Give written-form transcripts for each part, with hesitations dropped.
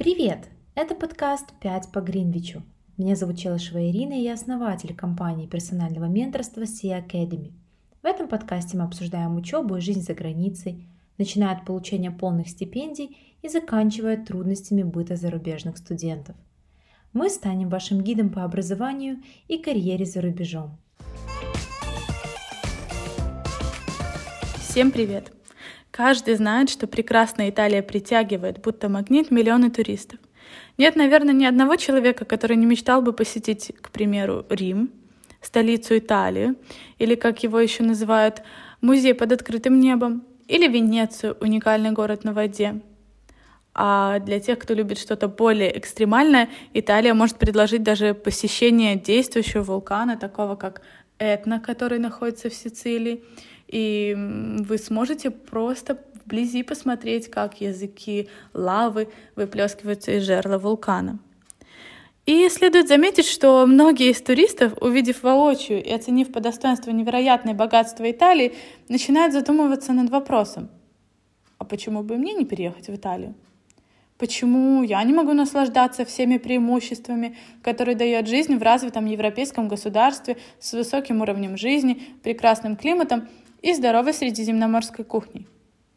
Привет! Это подкаст «5 по Гринвичу». Меня зовут Челышева Ирина, и я основатель компании персонального менторства Sea Academy. В этом подкасте мы обсуждаем учебу и жизнь за границей, начиная от получения полных стипендий и заканчивая трудностями быта зарубежных студентов. Мы станем вашим гидом по образованию и карьере за рубежом. Всем привет! Каждый знает, что прекрасная Италия притягивает, будто магнит, миллионы туристов. Нет, наверное, ни одного человека, который не мечтал бы посетить, к примеру, Рим, столицу Италии, или, как его еще называют, музей под открытым небом, или Венецию, уникальный город на воде. А для тех, кто любит что-то более экстремальное, Италия может предложить даже посещение действующего вулкана, такого как Этна, который находится в Сицилии. И вы сможете просто вблизи посмотреть, как языки лавы выплескиваются из жерла вулкана. И следует заметить, что многие из туристов, увидев воочию и оценив по достоинству невероятное богатство Италии, начинают задумываться над вопросом: а почему бы мне не переехать в Италию? Почему я не могу наслаждаться всеми преимуществами, которые дает жизнь в развитом европейском государстве с высоким уровнем жизни, прекрасным климатом и здоровой средиземноморской кухней?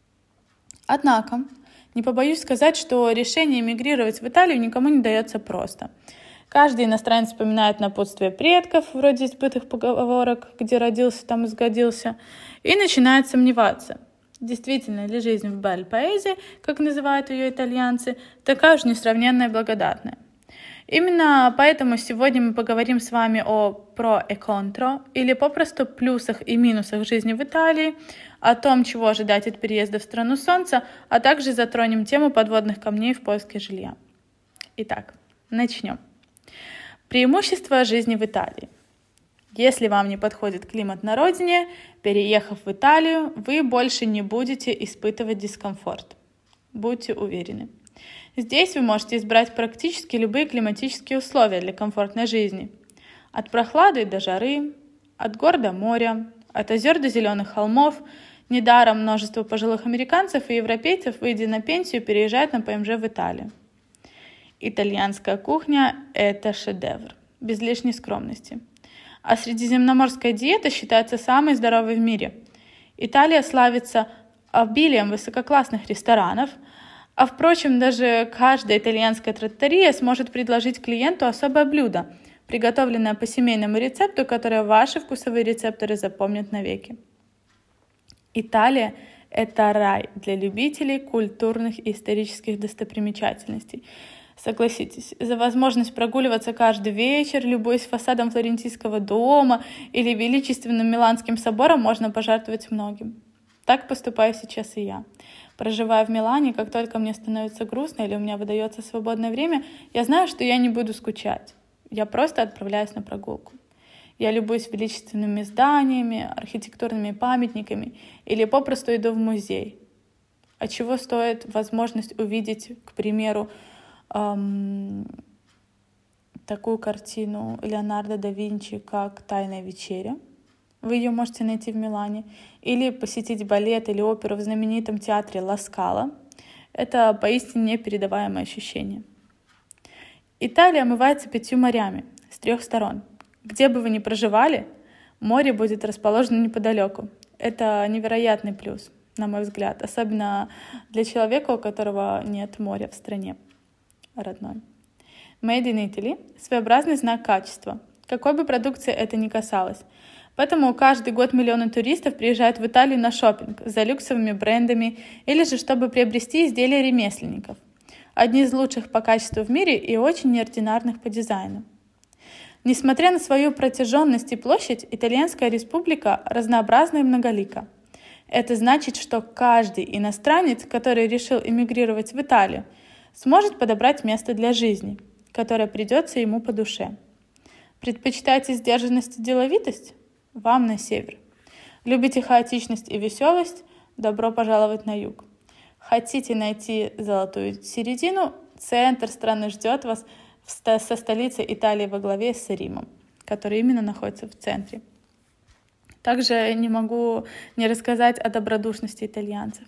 Однако, не побоюсь сказать, что решение эмигрировать в Италию никому не дается просто. Каждый иностранец вспоминает напутствие предков, вроде избытых поговорок, где родился, там и сгодился, и начинает сомневаться, действительно ли жизнь в Бель-Паэзе, как называют ее итальянцы, такая уж несравненная и благодатная. Именно поэтому сегодня мы поговорим с вами о про и контро, или попросту плюсах и минусах жизни в Италии, о том, чего ожидать от переезда в страну солнца, а также затронем тему подводных камней в поиске жилья. Итак, начнем. Преимущества жизни в Италии. Если вам не подходит климат на родине, переехав в Италию, вы больше не будете испытывать дискомфорт. Будьте уверены. Здесь вы можете избрать практически любые климатические условия для комфортной жизни. От прохлады до жары, от гор до моря, от озер до зеленых холмов. Недаром множество пожилых американцев и европейцев, выйдя на пенсию, переезжают на ПМЖ в Италию. Итальянская кухня – это шедевр, без лишней скромности. А средиземноморская диета считается самой здоровой в мире. Италия славится обилием высококлассных ресторанов, а впрочем, даже каждая итальянская траттория сможет предложить клиенту особое блюдо, приготовленное по семейному рецепту, которое ваши вкусовые рецепторы запомнят навеки. Италия – это рай для любителей культурных и исторических достопримечательностей. Согласитесь, за возможность прогуливаться каждый вечер, любуясь фасадом Флорентийского дома или величественным Миланским собором, можно пожертвовать многим. Так поступаю сейчас и я. Проживая в Милане, как только мне становится грустно или у меня выдается свободное время, я знаю, что я не буду скучать. Я просто отправляюсь на прогулку. Я любуюсь величественными зданиями, архитектурными памятниками или попросту иду в музей. А чего стоит возможность увидеть, к примеру, такую картину Леонардо да Винчи, как «Тайная вечеря». Вы ее можете найти в Милане. Или посетить балет или оперу в знаменитом театре Ла Скала. Это поистине непередаваемое ощущение. Италия омывается 5 морями с 3 сторон. Где бы вы ни проживали, море будет расположено неподалеку. Это невероятный плюс, на мой взгляд. Особенно для человека, у которого нет моря в стране родной. Made in Italy – своеобразный знак качества, какой бы продукции это ни касалось. Поэтому каждый год миллионы туристов приезжают в Италию на шопинг за люксовыми брендами или же чтобы приобрести изделия ремесленников. Одни из лучших по качеству в мире и очень неординарных по дизайну. Несмотря на свою протяженность и площадь, Итальянская республика разнообразна и многолика. Это значит, что каждый иностранец, который решил эмигрировать в Италию, сможет подобрать место для жизни, которое придется ему по душе. Предпочитаете сдержанность и деловитость? Вам на север. Любите хаотичность и веселость? Добро пожаловать на юг. Хотите найти золотую середину? Центр страны ждет вас со столицей Италии во главе с Римом, который именно находится в центре. Также не могу не рассказать о добродушности итальянцев.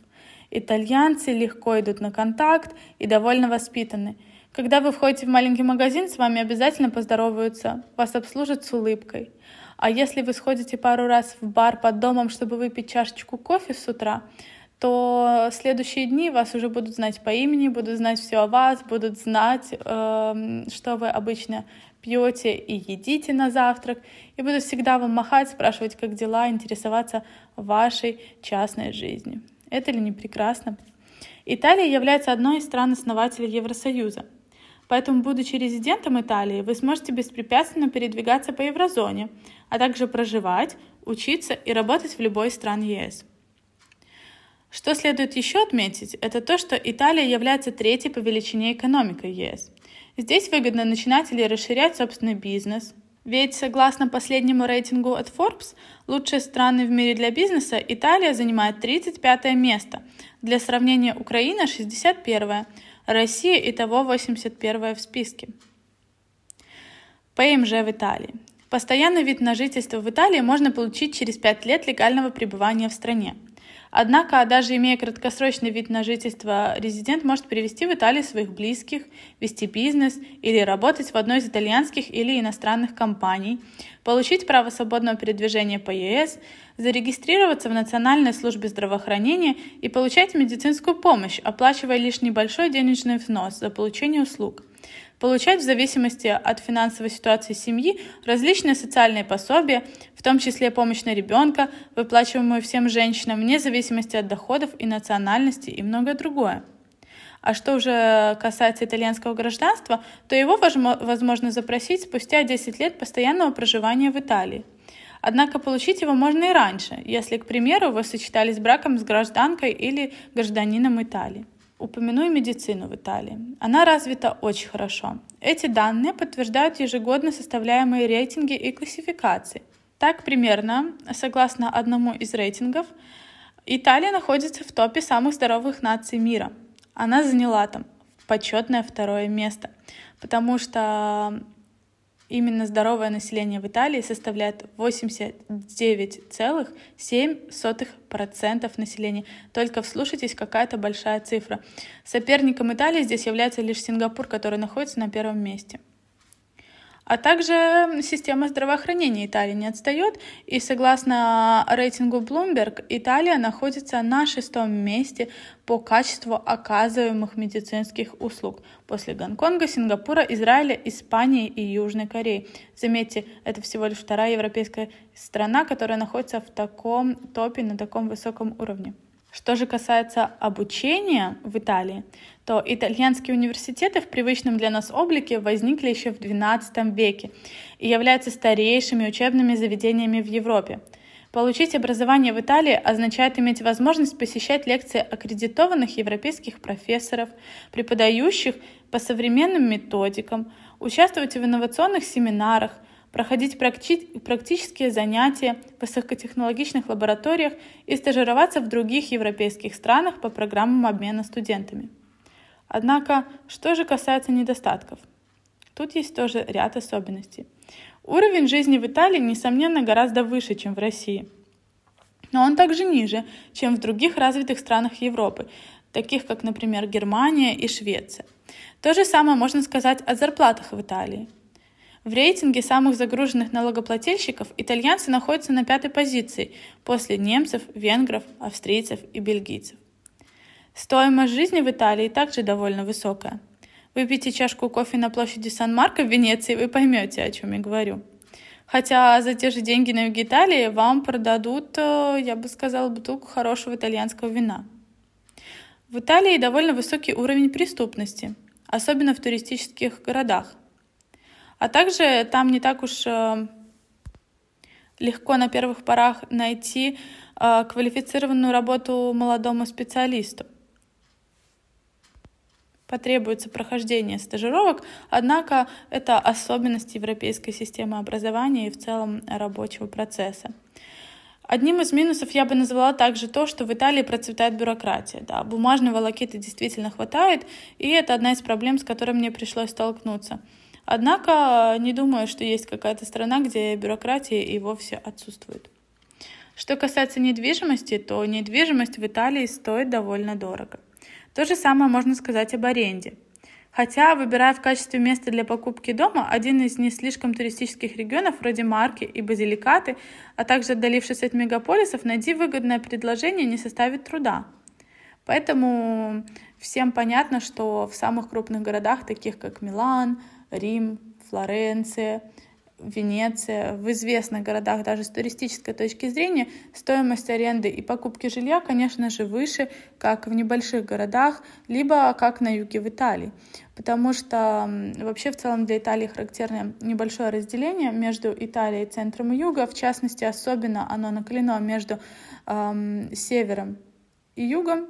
Итальянцы легко идут на контакт и довольно воспитаны. Когда вы входите в маленький магазин, с вами обязательно поздороваются, вас обслужат с улыбкой. А если вы сходите пару раз в бар под домом, чтобы выпить чашечку кофе с утра, то следующие дни вас уже будут знать по имени, будут знать все о вас, будут знать, что вы обычно пьете и едите на завтрак, и будут всегда вам махать, спрашивать, как дела, интересоваться вашей частной жизнью. Это ли не прекрасно? Италия является одной из стран-основателей Евросоюза. Поэтому, будучи резидентом Италии, вы сможете беспрепятственно передвигаться по еврозоне, а также проживать, учиться и работать в любой стране ЕС. Что следует еще отметить, это то, что Италия является третьей по величине экономикой ЕС. Здесь выгодно начинать или расширять собственный бизнес. Ведь, согласно последнему рейтингу от Forbes, лучшие страны в мире для бизнеса, Италия занимает 35 место. Для сравнения, Украина 61, Россия итого 81 в списке. ПМЖ в Италии. Постоянный вид на жительство в Италии можно получить через 5 лет легального пребывания в стране. Однако, даже имея краткосрочный вид на жительство, резидент может привезти в Италию своих близких, вести бизнес или работать в одной из итальянских или иностранных компаний, получить право свободного передвижения по ЕС, зарегистрироваться в Национальной службе здравоохранения и получать медицинскую помощь, оплачивая лишь небольшой денежный взнос за получение услуг. Получать в зависимости от финансовой ситуации семьи различные социальные пособия, в том числе помощь на ребенка, выплачиваемую всем женщинам, вне зависимости от доходов и национальности и многое другое. А что уже касается итальянского гражданства, то его возможно запросить спустя 10 лет постоянного проживания в Италии. Однако получить его можно и раньше, если, к примеру, вы сочетались браком с гражданкой или гражданином Италии. Упомяну медицину в Италии. Она развита очень хорошо. Эти данные подтверждают ежегодно составляемые рейтинги и классификации. Так, примерно, согласно одному из рейтингов, Италия находится в топе самых здоровых наций мира. Она заняла там почетное 2 место, потому что именно здоровое население в Италии составляет 89,7% населения. Только вслушайтесь, какая-то большая цифра. Соперником Италии здесь является лишь Сингапур, который находится на 1 месте. А также система здравоохранения Италии не отстает, и согласно рейтингу Bloomberg, Италия находится на 6 месте по качеству оказываемых медицинских услуг после Гонконга, Сингапура, Израиля, Испании и Южной Кореи. Заметьте, это всего лишь 2-я европейская страна, которая находится в таком топе, на таком высоком уровне. Что же касается обучения в Италии, то итальянские университеты в привычном для нас облике возникли еще в XII веке и являются старейшими учебными заведениями в Европе. Получить образование в Италии означает иметь возможность посещать лекции аккредитованных европейских профессоров, преподающих по современным методикам, участвовать в инновационных семинарах, проходить практические занятия в высокотехнологичных лабораториях и стажироваться в других европейских странах по программам обмена студентами. Однако, что же касается недостатков? Тут есть тоже ряд особенностей. Уровень жизни в Италии, несомненно, гораздо выше, чем в России. Но он также ниже, чем в других развитых странах Европы, таких как, например, Германия и Швеция. То же самое можно сказать о зарплатах в Италии. В рейтинге самых загруженных налогоплательщиков итальянцы находятся на 5-й позиции после немцев, венгров, австрийцев и бельгийцев. Стоимость жизни в Италии также довольно высокая. Выпейте чашку кофе на площади Сан-Марко в Венеции, вы поймете, о чем я говорю. Хотя за те же деньги на юге Италии вам продадут, я бы сказала, бутылку хорошего итальянского вина. В Италии довольно высокий уровень преступности, особенно в туристических городах. А также там не так уж легко на первых порах найти квалифицированную работу молодому специалисту. Потребуется прохождение стажировок, однако это особенность европейской системы образования и в целом рабочего процесса. Одним из минусов я бы назвала также то, что в Италии процветает бюрократия. Да, бумажной волокиты действительно хватает, и это одна из проблем, с которой мне пришлось столкнуться. Однако не думаю, что есть какая-то страна, где бюрократия и вовсе отсутствует. Что касается недвижимости, то недвижимость в Италии стоит довольно дорого. То же самое можно сказать об аренде. Хотя, выбирая в качестве места для покупки дома один из не слишком туристических регионов, вроде Марки и Базиликаты, а также отдалившись от мегаполисов, найти выгодное предложение не составит труда. Поэтому всем понятно, что в самых крупных городах, таких как Милан, Рим, Флоренция, Венеция, в известных городах даже с туристической точки зрения, стоимость аренды и покупки жилья, конечно же, выше, как в небольших городах, либо как на юге в Италии. Потому что вообще в целом для Италии характерно небольшое разделение между Италией, центром и югом. В частности, особенно оно наколено между севером и югом.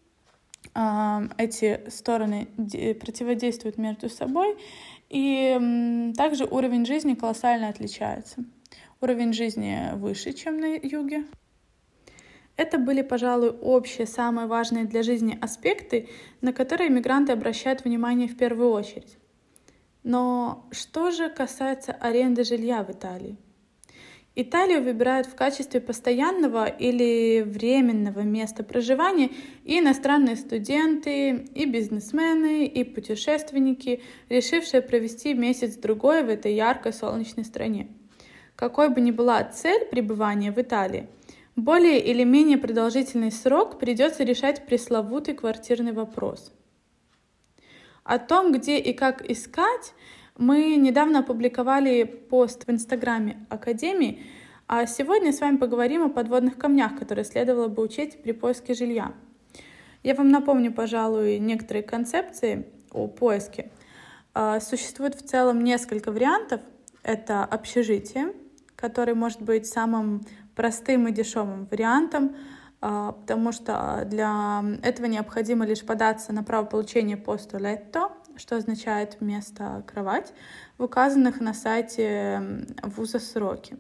Эти стороны противодействуют между собой. И также уровень жизни колоссально отличается. Уровень жизни выше, чем на юге. Это были, пожалуй, общие, самые важные для жизни аспекты, на которые мигранты обращают внимание в первую очередь. Но что же касается аренды жилья в Италии? Италию выбирают в качестве постоянного или временного места проживания и иностранные студенты, и бизнесмены, и путешественники, решившие провести месяц-другой в этой яркой солнечной стране. Какой бы ни была цель пребывания в Италии, более или менее продолжительный срок придется решать пресловутый квартирный вопрос. О том, где и как искать, мы недавно опубликовали пост в Инстаграме Академии, а сегодня с вами поговорим о подводных камнях, которые следовало бы учесть при поиске жилья. Я вам напомню, пожалуй, некоторые концепции о поиске. Существует в целом несколько вариантов. Это общежитие, который может быть самым простым и дешевым вариантом, потому что для этого необходимо лишь податься на право получения posto letto, что означает вместо кровать, в указанных на сайте вуза сроки.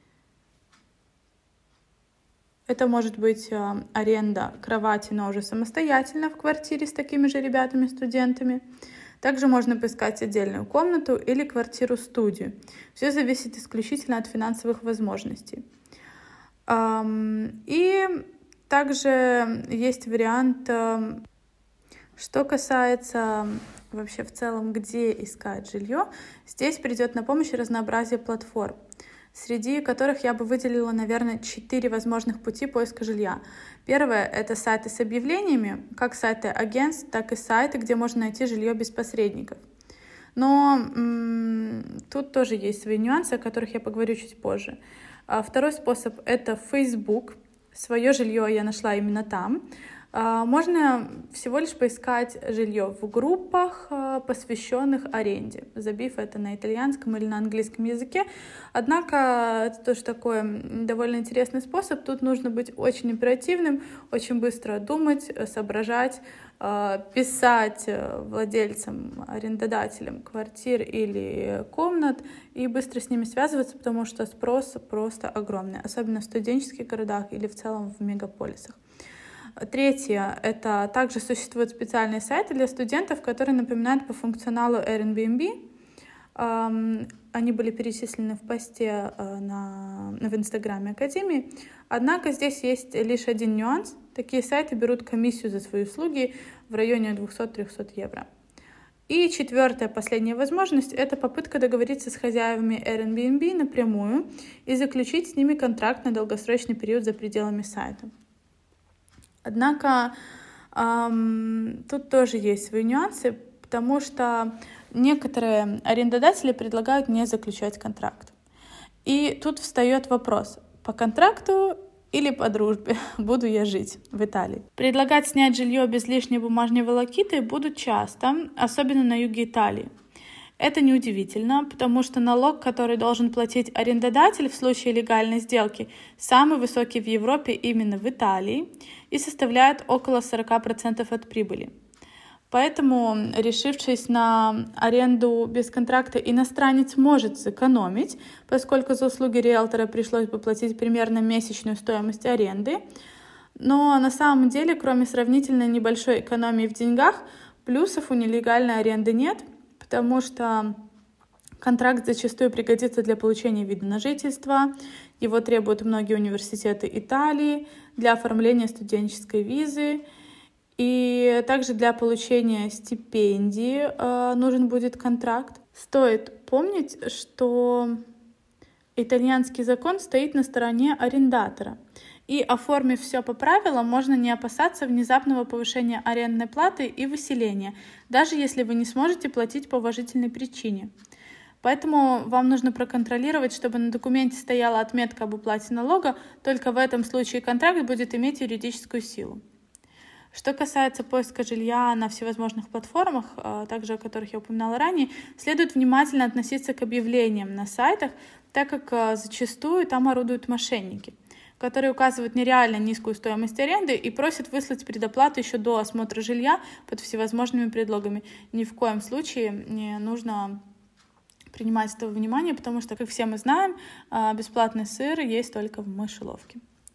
Это может быть аренда кровати, но уже самостоятельно в квартире с такими же ребятами-студентами. Также можно поискать отдельную комнату или квартиру-студию. Все зависит исключительно от финансовых возможностей. И также есть вариант, что касается вообще в целом, где искать жилье. Здесь придет на помощь разнообразие платформ, среди которых я бы выделила, наверное, 4 возможных пути поиска жилья. Первое — это сайты с объявлениями, как сайты агентств, так и сайты, где можно найти жилье без посредников. Но тут тоже есть свои нюансы, о которых я поговорю чуть позже. Второй способ — это Facebook. Свое жилье я нашла именно там. Можно всего лишь поискать жилье в группах, посвященных аренде, забив это на итальянском или на английском языке. Однако это тоже такой довольно интересный способ. Тут нужно быть очень оперативным, очень быстро думать, соображать, писать владельцам, арендодателям квартир или комнат и быстро с ними связываться, потому что спрос просто огромный, особенно в студенческих городах или в целом в мегаполисах. Третье — это также существуют специальные сайты для студентов, которые напоминают по функционалу Airbnb. Они были перечислены в посте в Инстаграме Академии. Однако здесь есть лишь один нюанс. Такие сайты берут комиссию за свои услуги в районе 200-300 евро. И четвертая, последняя возможность — это попытка договориться с хозяевами Airbnb напрямую и заключить с ними контракт на долгосрочный период за пределами сайта. Однако тут тоже есть свои нюансы, потому что некоторые арендодатели предлагают не заключать контракт. И тут встает вопрос: по контракту или по дружбе буду я жить в Италии? Предлагать снять жилье без лишней бумажной волокиты будут часто, особенно на юге Италии. Это неудивительно, потому что налог, который должен платить арендодатель в случае легальной сделки, самый высокий в Европе именно в Италии и составляет около 40% от прибыли. Поэтому, решившись на аренду без контракта, иностранец может сэкономить, поскольку за услуги риэлтора пришлось бы платить примерно месячную стоимость аренды. Но на самом деле, кроме сравнительно небольшой экономии в деньгах, плюсов у нелегальной аренды нет, потому что Контракт зачастую пригодится для получения вида на жительство. Его требуют многие университеты Италии для оформления студенческой визы. И также для получения стипендии нужен будет контракт. Стоит помнить, что итальянский закон стоит на стороне арендатора. И, оформив все по правилам, можно не опасаться внезапного повышения арендной платы и выселения, даже если вы не сможете платить по уважительной причине. Поэтому вам нужно проконтролировать, чтобы на документе стояла отметка об уплате налога, только в этом случае контракт будет иметь юридическую силу. Что касается поиска жилья на всевозможных платформах, также о которых я упоминала ранее, следует внимательно относиться к объявлениям на сайтах, так как зачастую там орудуют мошенники, которые указывают нереально низкую стоимость аренды и просят выслать предоплату еще до осмотра жилья под всевозможными предлогами. Ни в коем случае не нужно принимать этого внимания, потому что, как все мы знаем, бесплатный сыр есть только в мышеловке.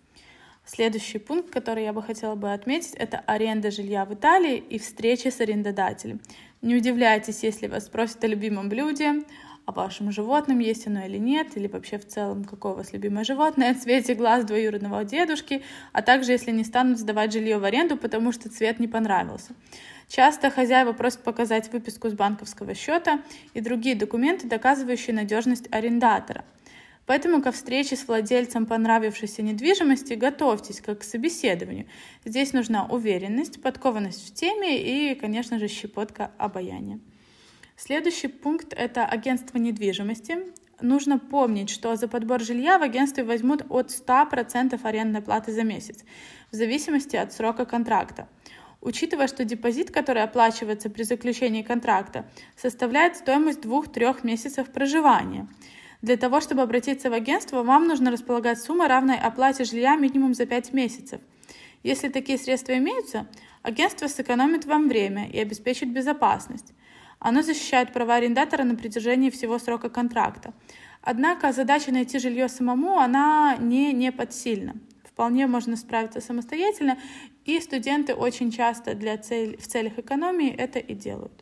Следующий пункт, который я бы хотела отметить, это аренда жилья в Италии и встречи с арендодателем. Не удивляйтесь, если вас спросят о любимом блюде, о вашем животном, есть оно или нет, или вообще в целом, какое у вас любимое животное, цвете глаз двоюродного дедушки, а также если не станут сдавать жилье в аренду, потому что цвет не понравился. Часто хозяева просят показать выписку с банковского счета и другие документы, доказывающие надежность арендатора. Поэтому ко встрече с владельцем понравившейся недвижимости готовьтесь как к собеседованию. Здесь нужна уверенность, подкованность в теме и, конечно же, щепотка обаяния. Следующий пункт – это агентство недвижимости. Нужно помнить, что за подбор жилья в агентстве возьмут от 100% арендной платы за месяц, в зависимости от срока контракта. Учитывая, что депозит, который оплачивается при заключении контракта, составляет стоимость 2-3 месяцев проживания. Для того, чтобы обратиться в агентство, вам нужно располагать суммой, равной оплате жилья минимум за 5 месяцев. Если такие средства имеются, агентство сэкономит вам время и обеспечит безопасность. Оно защищает права арендатора на протяжении всего срока контракта. Однако задача найти жилье самому, она не непосильна. Вполне можно справиться самостоятельно, и студенты очень часто в целях экономии это и делают.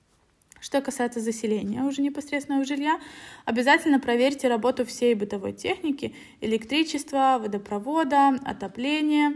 Что касается заселения уже непосредственного жилья, обязательно проверьте работу всей бытовой техники, электричества, водопровода, отопления.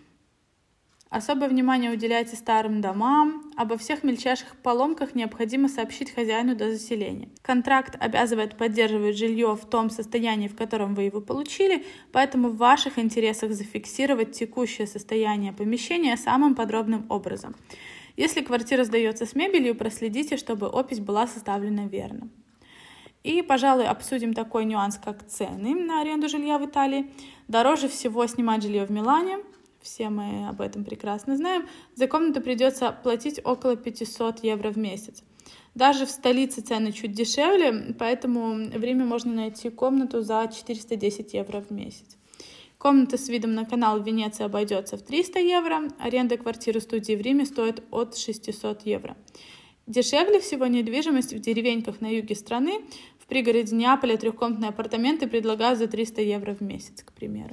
Особое внимание уделяйте старым домам. Обо всех мельчайших поломках необходимо сообщить хозяину до заселения. Контракт обязывает поддерживать жилье в том состоянии, в котором вы его получили, поэтому в ваших интересах зафиксировать текущее состояние помещения самым подробным образом. Если квартира сдается с мебелью, проследите, чтобы опись была составлена верно. И, пожалуй, обсудим такой нюанс, как цены на аренду жилья в Италии. Дороже всего снимать жилье в Милане. Все мы об этом прекрасно знаем. За комнату придется платить около 500 евро в месяц. Даже в столице цены чуть дешевле, поэтому в Риме можно найти комнату за 410 евро в месяц. Комната с видом на канал в Венеции обойдется в 300 евро, аренда квартиры-студии в Риме стоит от 600 евро. Дешевле всего недвижимость в деревеньках на юге страны. В пригороде Неаполя трехкомнатные апартаменты предлагают за 300 евро в месяц, к примеру.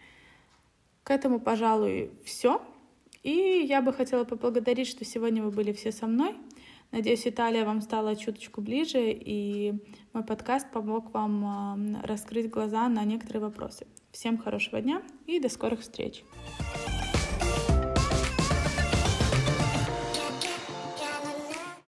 К этому, пожалуй, все. И я бы хотела поблагодарить, что сегодня вы были все со мной. Надеюсь, Италия вам стала чуточку ближе, и мой подкаст помог вам раскрыть глаза на некоторые вопросы. Всем хорошего дня и до скорых встреч!